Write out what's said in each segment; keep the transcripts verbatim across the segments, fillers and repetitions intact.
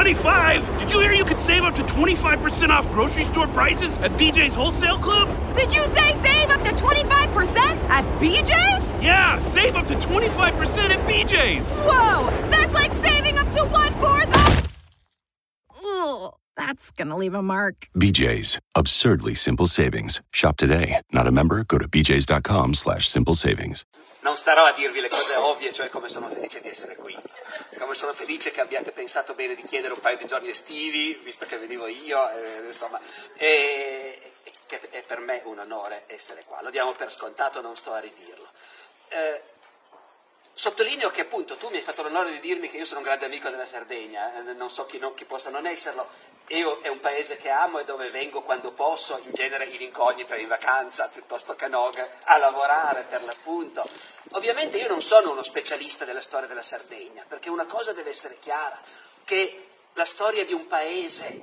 twenty-five? Did you hear you could save up to twenty-five percent off grocery store prices at B J's Wholesale Club? Did you say save up to twenty-five percent at B J's? Yeah, save up to twenty-five percent at B J's. Whoa, that's like saving up to one-fourth of... Ugh, that's gonna leave a mark. B J's, absurdly simple savings. Shop today. Not a member? Go to bjs.com slash simple savings. Non starò a dirvi le cose ovvie, cioè come sono felice di essere qui, come sono felice che abbiate pensato bene di chiedere un paio di giorni estivi, visto che venivo io, eh, insomma, e, e che è per me un onore essere qua. Lo diamo per scontato, non sto a ridirlo. Eh, Sottolineo che appunto tu mi hai fatto l'onore di dirmi che io sono un grande amico della Sardegna, eh, non so chi, non, chi possa non esserlo. Io è un paese che amo e dove vengo quando posso, in genere in incognita, in vacanza, piuttosto che no, a lavorare per l'appunto. Ovviamente io non sono uno specialista della storia della Sardegna, perché una cosa deve essere chiara, che la storia di un paese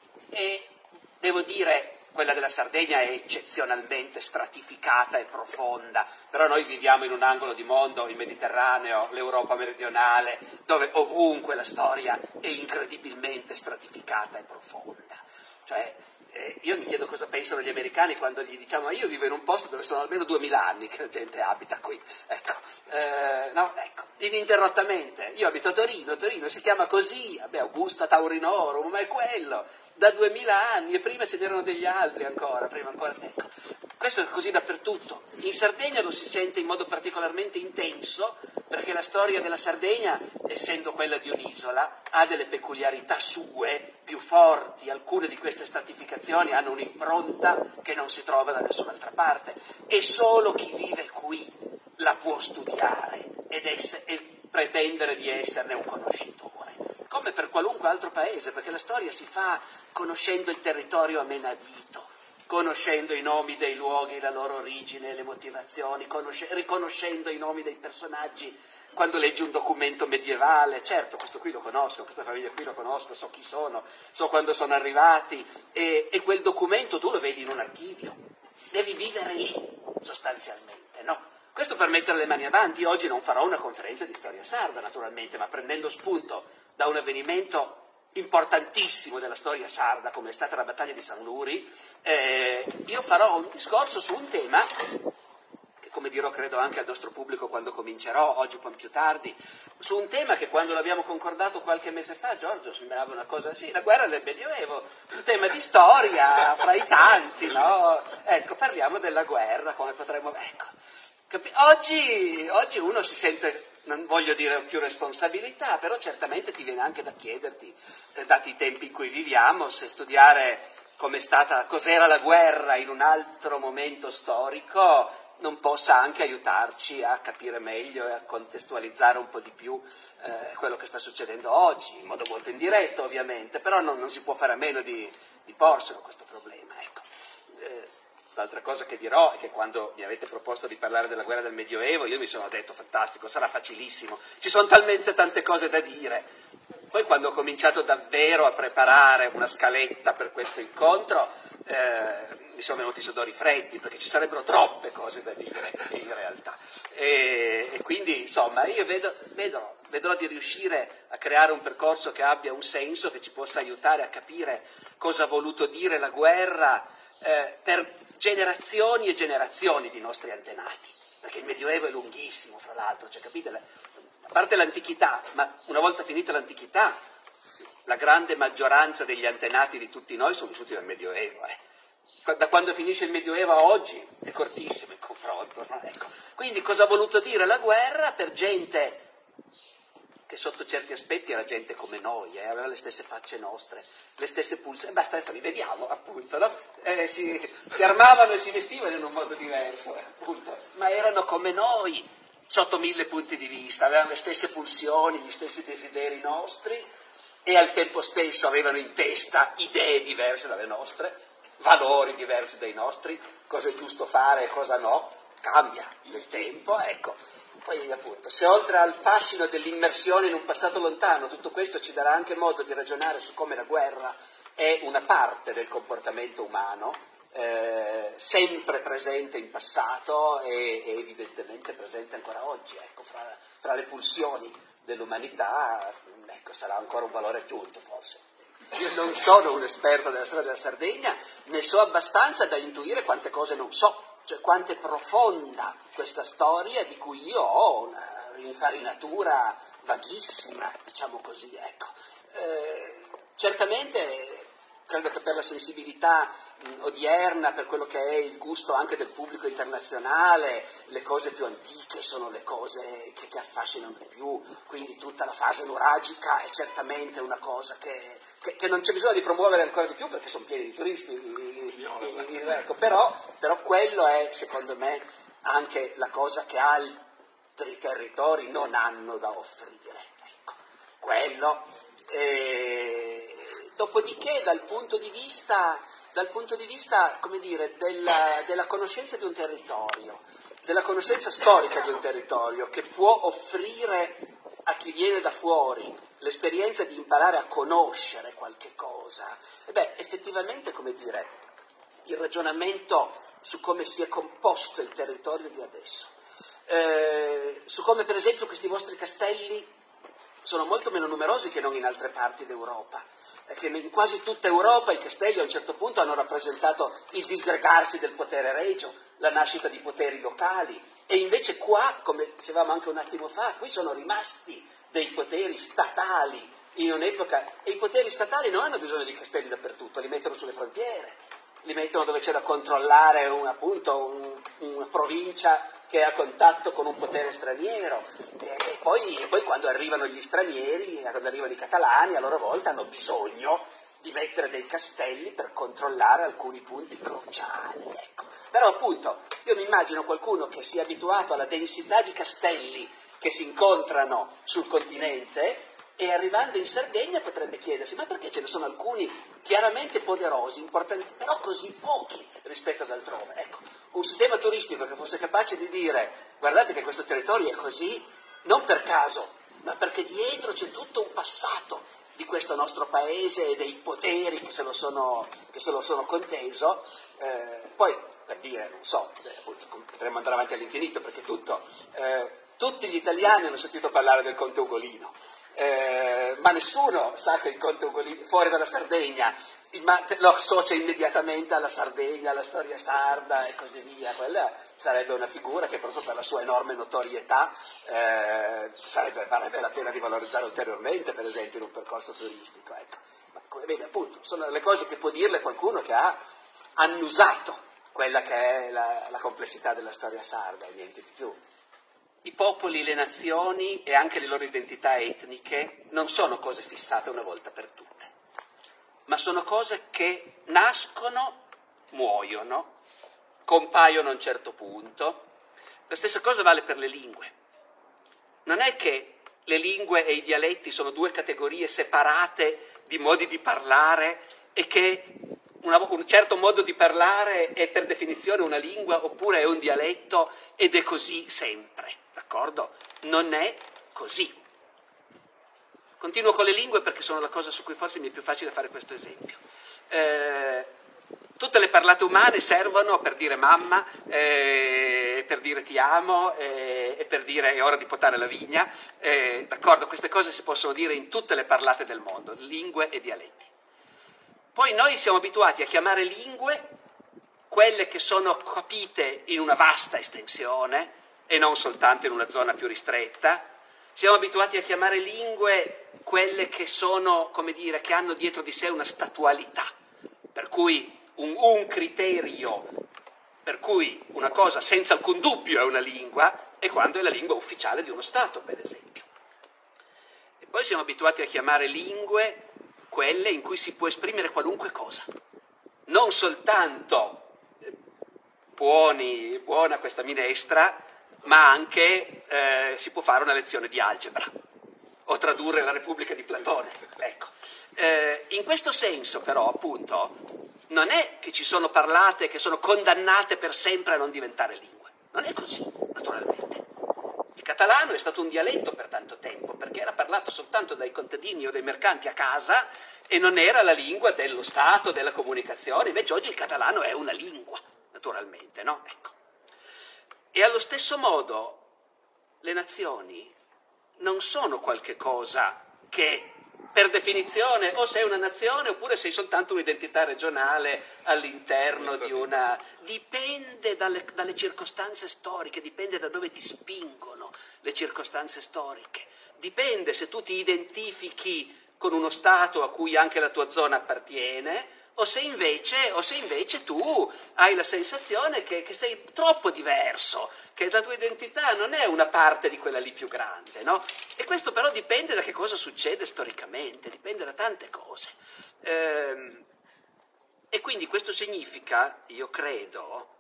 è, devo dire, quella della Sardegna è eccezionalmente stratificata e profonda, però noi viviamo in un angolo di mondo, il Mediterraneo, l'Europa meridionale, dove ovunque la storia è incredibilmente stratificata e profonda. Cioè, eh, io mi chiedo cosa pensano gli americani quando gli diciamo ma io vivo in un posto dove sono almeno duemila anni che la gente abita qui, ecco, eh, no, ecco, ininterrottamente. Io abito a Torino, Torino si chiama così, vabbè, Augusta Taurinorum, ma è quello, da duemila anni, e prima ce n'erano degli altri ancora, prima ancora, ecco. Questo è così dappertutto. In Sardegna lo si sente in modo particolarmente intenso, perché la storia della Sardegna, essendo quella di un'isola, ha delle peculiarità sue più forti. Alcune di queste stratificazioni hanno un'impronta che non si trova da nessun'altra parte, e solo chi vive qui la può studiare ed esse, e pretendere di esserne un conoscitore, come per qualunque altro paese, perché la storia si fa conoscendo il territorio a menadito, conoscendo i nomi dei luoghi, la loro origine, le motivazioni, conosce- riconoscendo i nomi dei personaggi. Quando leggi un documento medievale, certo, questo qui lo conosco, questa famiglia qui lo conosco, so chi sono, so quando sono arrivati, e, e quel documento tu lo vedi in un archivio, devi vivere lì, sostanzialmente, no? Questo per mettere le mani avanti. Oggi non farò una conferenza di storia sarda, naturalmente, ma prendendo spunto da un avvenimento importantissimo della storia sarda, come è stata la battaglia di San Luri, eh, io farò un discorso su un tema che, come dirò credo anche al nostro pubblico quando comincerò, oggi un po' più tardi, su un tema che quando l'abbiamo concordato qualche mese fa, Giorgio, sembrava una cosa, sì, la guerra del Medioevo, un tema di storia fra i tanti, no? Ecco, parliamo della guerra, come potremmo, ecco. Capi- oggi, oggi uno si sente, non voglio dire più responsabilità, però certamente ti viene anche da chiederti, eh, dati i tempi in cui viviamo, se studiare com'è stata, cos'era la guerra in un altro momento storico non possa anche aiutarci a capire meglio e a contestualizzare un po' di più eh, quello che sta succedendo oggi, in modo molto indiretto ovviamente, però non, non si può fare a meno di, di porselo questo problema, ecco. Eh, L'altra cosa che dirò è che quando mi avete proposto di parlare della guerra del Medioevo, io mi sono detto fantastico, sarà facilissimo, ci sono talmente tante cose da dire. Poi quando ho cominciato davvero a preparare una scaletta per questo incontro, eh, mi sono venuti i sudori freddi, perché ci sarebbero troppe cose da dire in realtà. E, e quindi insomma io vedo, vedrò, vedrò di riuscire a creare un percorso che abbia un senso, che ci possa aiutare a capire cosa ha voluto dire la guerra eh, per generazioni e generazioni di nostri antenati, perché il Medioevo è lunghissimo, fra l'altro, cioè capite, a parte l'antichità, ma una volta finita l'antichità, la grande maggioranza degli antenati di tutti noi sono vissuti nel Medioevo, eh. Da quando finisce il Medioevo a oggi è cortissimo il confronto, no? Ecco. Quindi cosa ha voluto dire la guerra per gente che sotto certi aspetti era gente come noi, eh, aveva le stesse facce nostre, le stesse pulsioni, basta adesso li vediamo appunto, no? eh, si, si armavano e si vestivano in un modo diverso, eh, appunto, ma erano come noi sotto mille punti di vista, avevano le stesse pulsioni, gli stessi desideri nostri e al tempo stesso avevano in testa idee diverse dalle nostre, valori diversi dai nostri, cosa è giusto fare e cosa no, cambia nel tempo, ecco. Poi appunto, se oltre al fascino dell'immersione in un passato lontano, tutto questo ci darà anche modo di ragionare su come la guerra è una parte del comportamento umano, eh, sempre presente in passato e, e evidentemente presente ancora oggi, ecco, fra, fra le pulsioni dell'umanità, ecco, ecco, sarà ancora un valore aggiunto forse. Io non sono un esperto della storia della Sardegna, ne so abbastanza da intuire quante cose non so, cioè quanto è profonda questa storia di cui io ho una infarinatura vaghissima, diciamo così, ecco. Eh, certamente credo che per la sensibilità mh, odierna, per quello che è il gusto anche del pubblico internazionale, le cose più antiche sono le cose che, che affascinano di più, quindi tutta la fase nuragica è certamente una cosa che, che, che non c'è bisogno di promuovere ancora di più perché sono pieni di turisti, i, i, i, ecco, però, però quello è secondo me anche la cosa che altri territori non hanno da offrire, ecco, quello. Eh, dopodiché dal punto di vista, dal punto di vista come dire, della, della conoscenza di un territorio, della conoscenza storica di un territorio che può offrire a chi viene da fuori l'esperienza di imparare a conoscere qualche cosa, e beh, effettivamente, come dire, il ragionamento su come si è composto il territorio di adesso, eh, su come per esempio questi vostri castelli sono molto meno numerosi che non in altre parti d'Europa, perché in quasi tutta Europa i castelli a un certo punto hanno rappresentato il disgregarsi del potere regio, la nascita di poteri locali, e invece qua, come dicevamo anche un attimo fa, qui sono rimasti dei poteri statali in un'epoca, e i poteri statali non hanno bisogno di castelli dappertutto, li mettono sulle frontiere, li mettono dove c'è da controllare un, appunto un, una provincia che è a contatto con un potere straniero, e poi, e poi quando arrivano gli stranieri, quando arrivano i catalani, a loro volta hanno bisogno di mettere dei castelli per controllare alcuni punti cruciali, ecco. Però appunto io mi immagino qualcuno che sia abituato alla densità di castelli che si incontrano sul continente, e arrivando in Sardegna potrebbe chiedersi: ma perché ce ne sono alcuni chiaramente poderosi, importanti, però così pochi rispetto ad altrove? Ecco, un sistema turistico che fosse capace di dire: guardate che questo territorio è così, non per caso, ma perché dietro c'è tutto un passato di questo nostro paese e dei poteri che se lo sono, che se lo sono conteso, eh, poi per dire, non so, appunto, potremmo andare avanti all'infinito perché tutto, eh, tutti gli italiani hanno sentito parlare del Conte Ugolino. Eh, ma nessuno sa che il Conte Ugolino, fuori dalla Sardegna, ma lo associa immediatamente alla Sardegna, alla storia sarda e così via. Quella sarebbe una figura che proprio per la sua enorme notorietà eh, sarebbe, varrebbe la pena di valorizzare ulteriormente, per esempio in un percorso turistico, ecco. Ma come vede, appunto, sono le cose che può dirle qualcuno che ha annusato quella che è la, la complessità della storia sarda e niente di più. I popoli, le nazioni e anche le loro identità etniche non sono cose fissate una volta per tutte, ma sono cose che nascono, muoiono, compaiono a un certo punto. La stessa cosa vale per le lingue. Non è che le lingue e i dialetti sono due categorie separate di modi di parlare e che una, un certo modo di parlare è per definizione una lingua oppure è un dialetto ed è così sempre. D'accordo? Non è così. Continuo con le lingue perché sono la cosa su cui forse mi è più facile fare questo esempio. Eh, tutte le parlate umane servono per dire mamma, eh, per dire ti amo eh, e per dire è ora di potare la vigna. Eh, d'accordo? Queste cose si possono dire in tutte le parlate del mondo, lingue e dialetti. Poi noi siamo abituati a chiamare lingue quelle che sono capite in una vasta estensione e non soltanto in una zona più ristretta. Siamo abituati a chiamare lingue quelle che sono, come dire, che hanno dietro di sé una statualità, per cui un, un criterio, per cui una cosa senza alcun dubbio è una lingua, è quando è la lingua ufficiale di uno Stato, per esempio. E poi siamo abituati a chiamare lingue quelle in cui si può esprimere qualunque cosa, non soltanto buoni, buona questa minestra, ma anche eh, si può fare una lezione di algebra o tradurre la Repubblica di Platone. Ecco. Eh, in questo senso però, appunto, non è che ci sono parlate che sono condannate per sempre a non diventare lingue. Non è così, naturalmente. Il catalano è stato un dialetto per tanto tempo, perché era parlato soltanto dai contadini o dai mercanti a casa e non era la lingua dello Stato, della comunicazione. Invece oggi il catalano è una lingua, naturalmente, no? Ecco. E allo stesso modo le nazioni non sono qualche cosa che per definizione o sei una nazione oppure sei soltanto un'identità regionale all'interno di una... Dipende dalle, dalle circostanze storiche, dipende da dove ti spingono le circostanze storiche, dipende se tu ti identifichi con uno Stato a cui anche la tua zona appartiene o se invece, o se invece tu hai la sensazione che, che sei troppo diverso, che la tua identità non è una parte di quella lì più grande, no? E questo però dipende da che cosa succede storicamente, dipende da tante cose. Ehm, e quindi questo significa, io credo,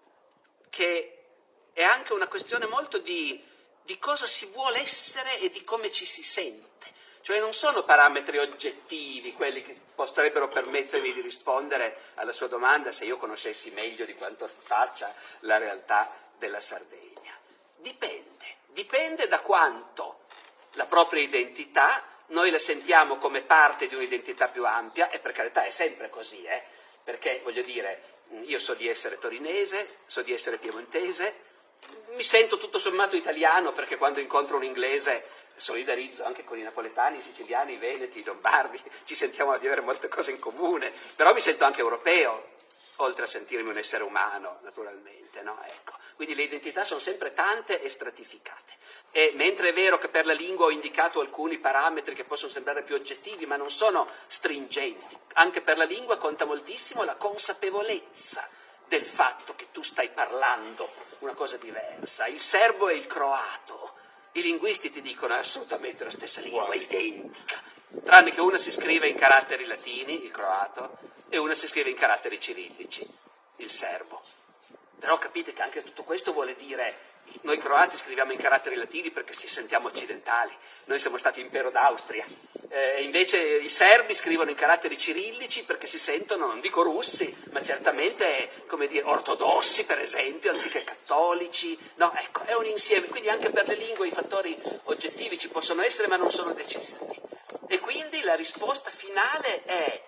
che è anche una questione molto di, di cosa si vuole essere e di come ci si sente. Cioè non sono parametri oggettivi quelli che potrebbero permettermi di rispondere alla sua domanda se io conoscessi meglio di quanto faccia la realtà della Sardegna. Dipende, dipende da quanto la propria identità noi la sentiamo come parte di un'identità più ampia, e per carità è sempre così, eh? Perché voglio dire, io so di essere torinese, so di essere piemontese, mi sento tutto sommato italiano perché quando incontro un inglese solidarizzo anche con i napoletani, i siciliani, i veneti, i lombardi, ci sentiamo di avere molte cose in comune, però mi sento anche europeo, oltre a sentirmi un essere umano, naturalmente, no? Ecco. Quindi le identità sono sempre tante e stratificate. E mentre è vero che per la lingua ho indicato alcuni parametri che possono sembrare più oggettivi, ma non sono stringenti, anche per la lingua conta moltissimo la consapevolezza del fatto che tu stai parlando una cosa diversa. Il serbo e il croato, i linguisti ti dicono è assolutamente la stessa lingua, identica, tranne che una si scrive in caratteri latini, il croato, e una si scrive in caratteri cirillici, il serbo. Però capite che anche tutto questo vuole dire, noi croati scriviamo in caratteri latini perché ci sentiamo occidentali, noi siamo stati impero d'Austria, eh, invece i serbi scrivono in caratteri cirillici perché si sentono, non dico russi, ma certamente, come dire, ortodossi per esempio, anziché cattolici, no, ecco, è un insieme, quindi anche per le lingue i fattori oggettivi ci possono essere ma non sono decisivi. E quindi la risposta finale è,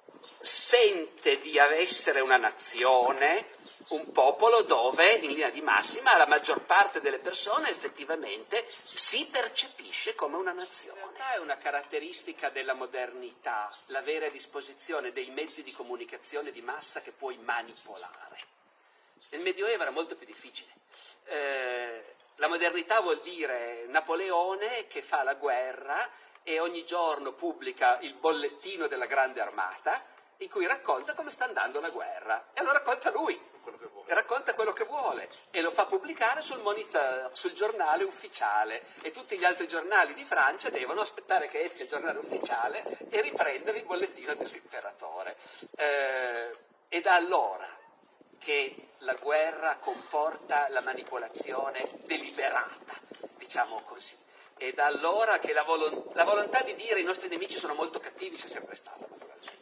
sente di essere una nazione, un popolo dove, in linea di massima, la maggior parte delle persone effettivamente si percepisce come una nazione. In realtà è una caratteristica della modernità l'avere a disposizione dei mezzi di comunicazione di massa che puoi manipolare. Nel Medioevo era molto più difficile. Eh, la modernità vuol dire Napoleone che fa la guerra e ogni giorno pubblica il bollettino della grande armata in cui racconta come sta andando la guerra, e lo racconta lui, e racconta quello che vuole, e lo fa pubblicare sul Moniteur, sul giornale ufficiale, e tutti gli altri giornali di Francia devono aspettare che esca il giornale ufficiale e riprendere il bollettino dell'imperatore. Eh, e da allora che la guerra comporta la manipolazione deliberata, diciamo così, e da allora che la, volon- la volontà di dire i nostri nemici sono molto cattivi c'è sempre stata, naturalmente.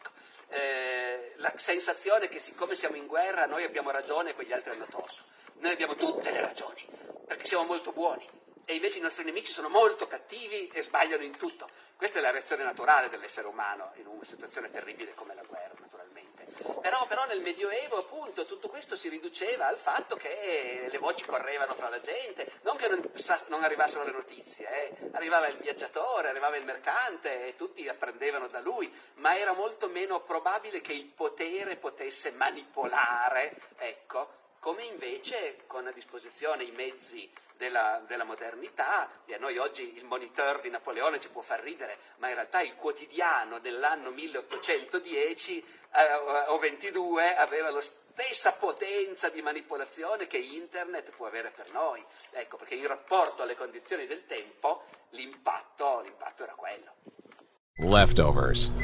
Eh, la sensazione che siccome siamo in guerra noi abbiamo ragione e quegli altri hanno torto. Noi abbiamo tutte le ragioni perché siamo molto buoni e invece i nostri nemici sono molto cattivi e sbagliano in tutto. Questa è la reazione naturale dell'essere umano in una situazione terribile come la guerra, naturalmente. Però, però nel Medioevo appunto tutto questo si riduceva al fatto che le voci correvano fra la gente, non che non, non arrivassero le notizie, eh. Arrivava il viaggiatore, arrivava il mercante e tutti apprendevano da lui, ma era molto meno probabile che il potere potesse manipolare, ecco, come invece con a disposizione i mezzi della, della modernità, e a noi oggi il Moniteur di Napoleone ci può far ridere, ma in realtà il quotidiano dell'anno milleottocentodieci eh, o ventidue aveva la stessa potenza di manipolazione che internet può avere per noi, ecco, perché in rapporto alle condizioni del tempo l'impatto, l'impatto era quello. Leftovers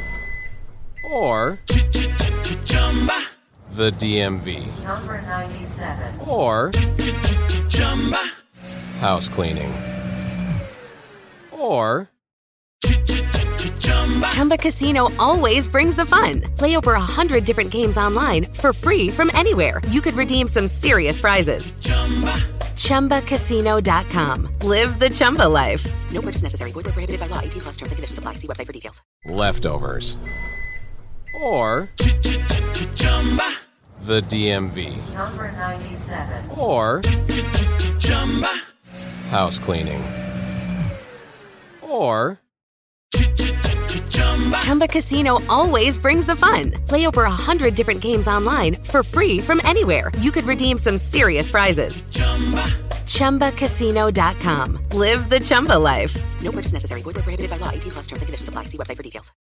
or the D M V Number ninety-seven. or house cleaning or Chumba Casino always brings the fun. Play over a hundred different games online for free from anywhere. You could redeem some serious prizes. Chumba Casino dot com. Live the Chumba life. No purchase necessary. Void where prohibited by law. eighteen plus terms and conditions apply. See website for details. leftovers or the D M V Number ninety-seven. or house cleaning or Chumba Casino always brings the fun. Play over a hundred different games online for free from anywhere. You could redeem some serious prizes. Chumba Casino dot com. Live the Chumba life. No purchase necessary. Void where prohibited by law. eighteen plus terms and conditions apply. See website for details.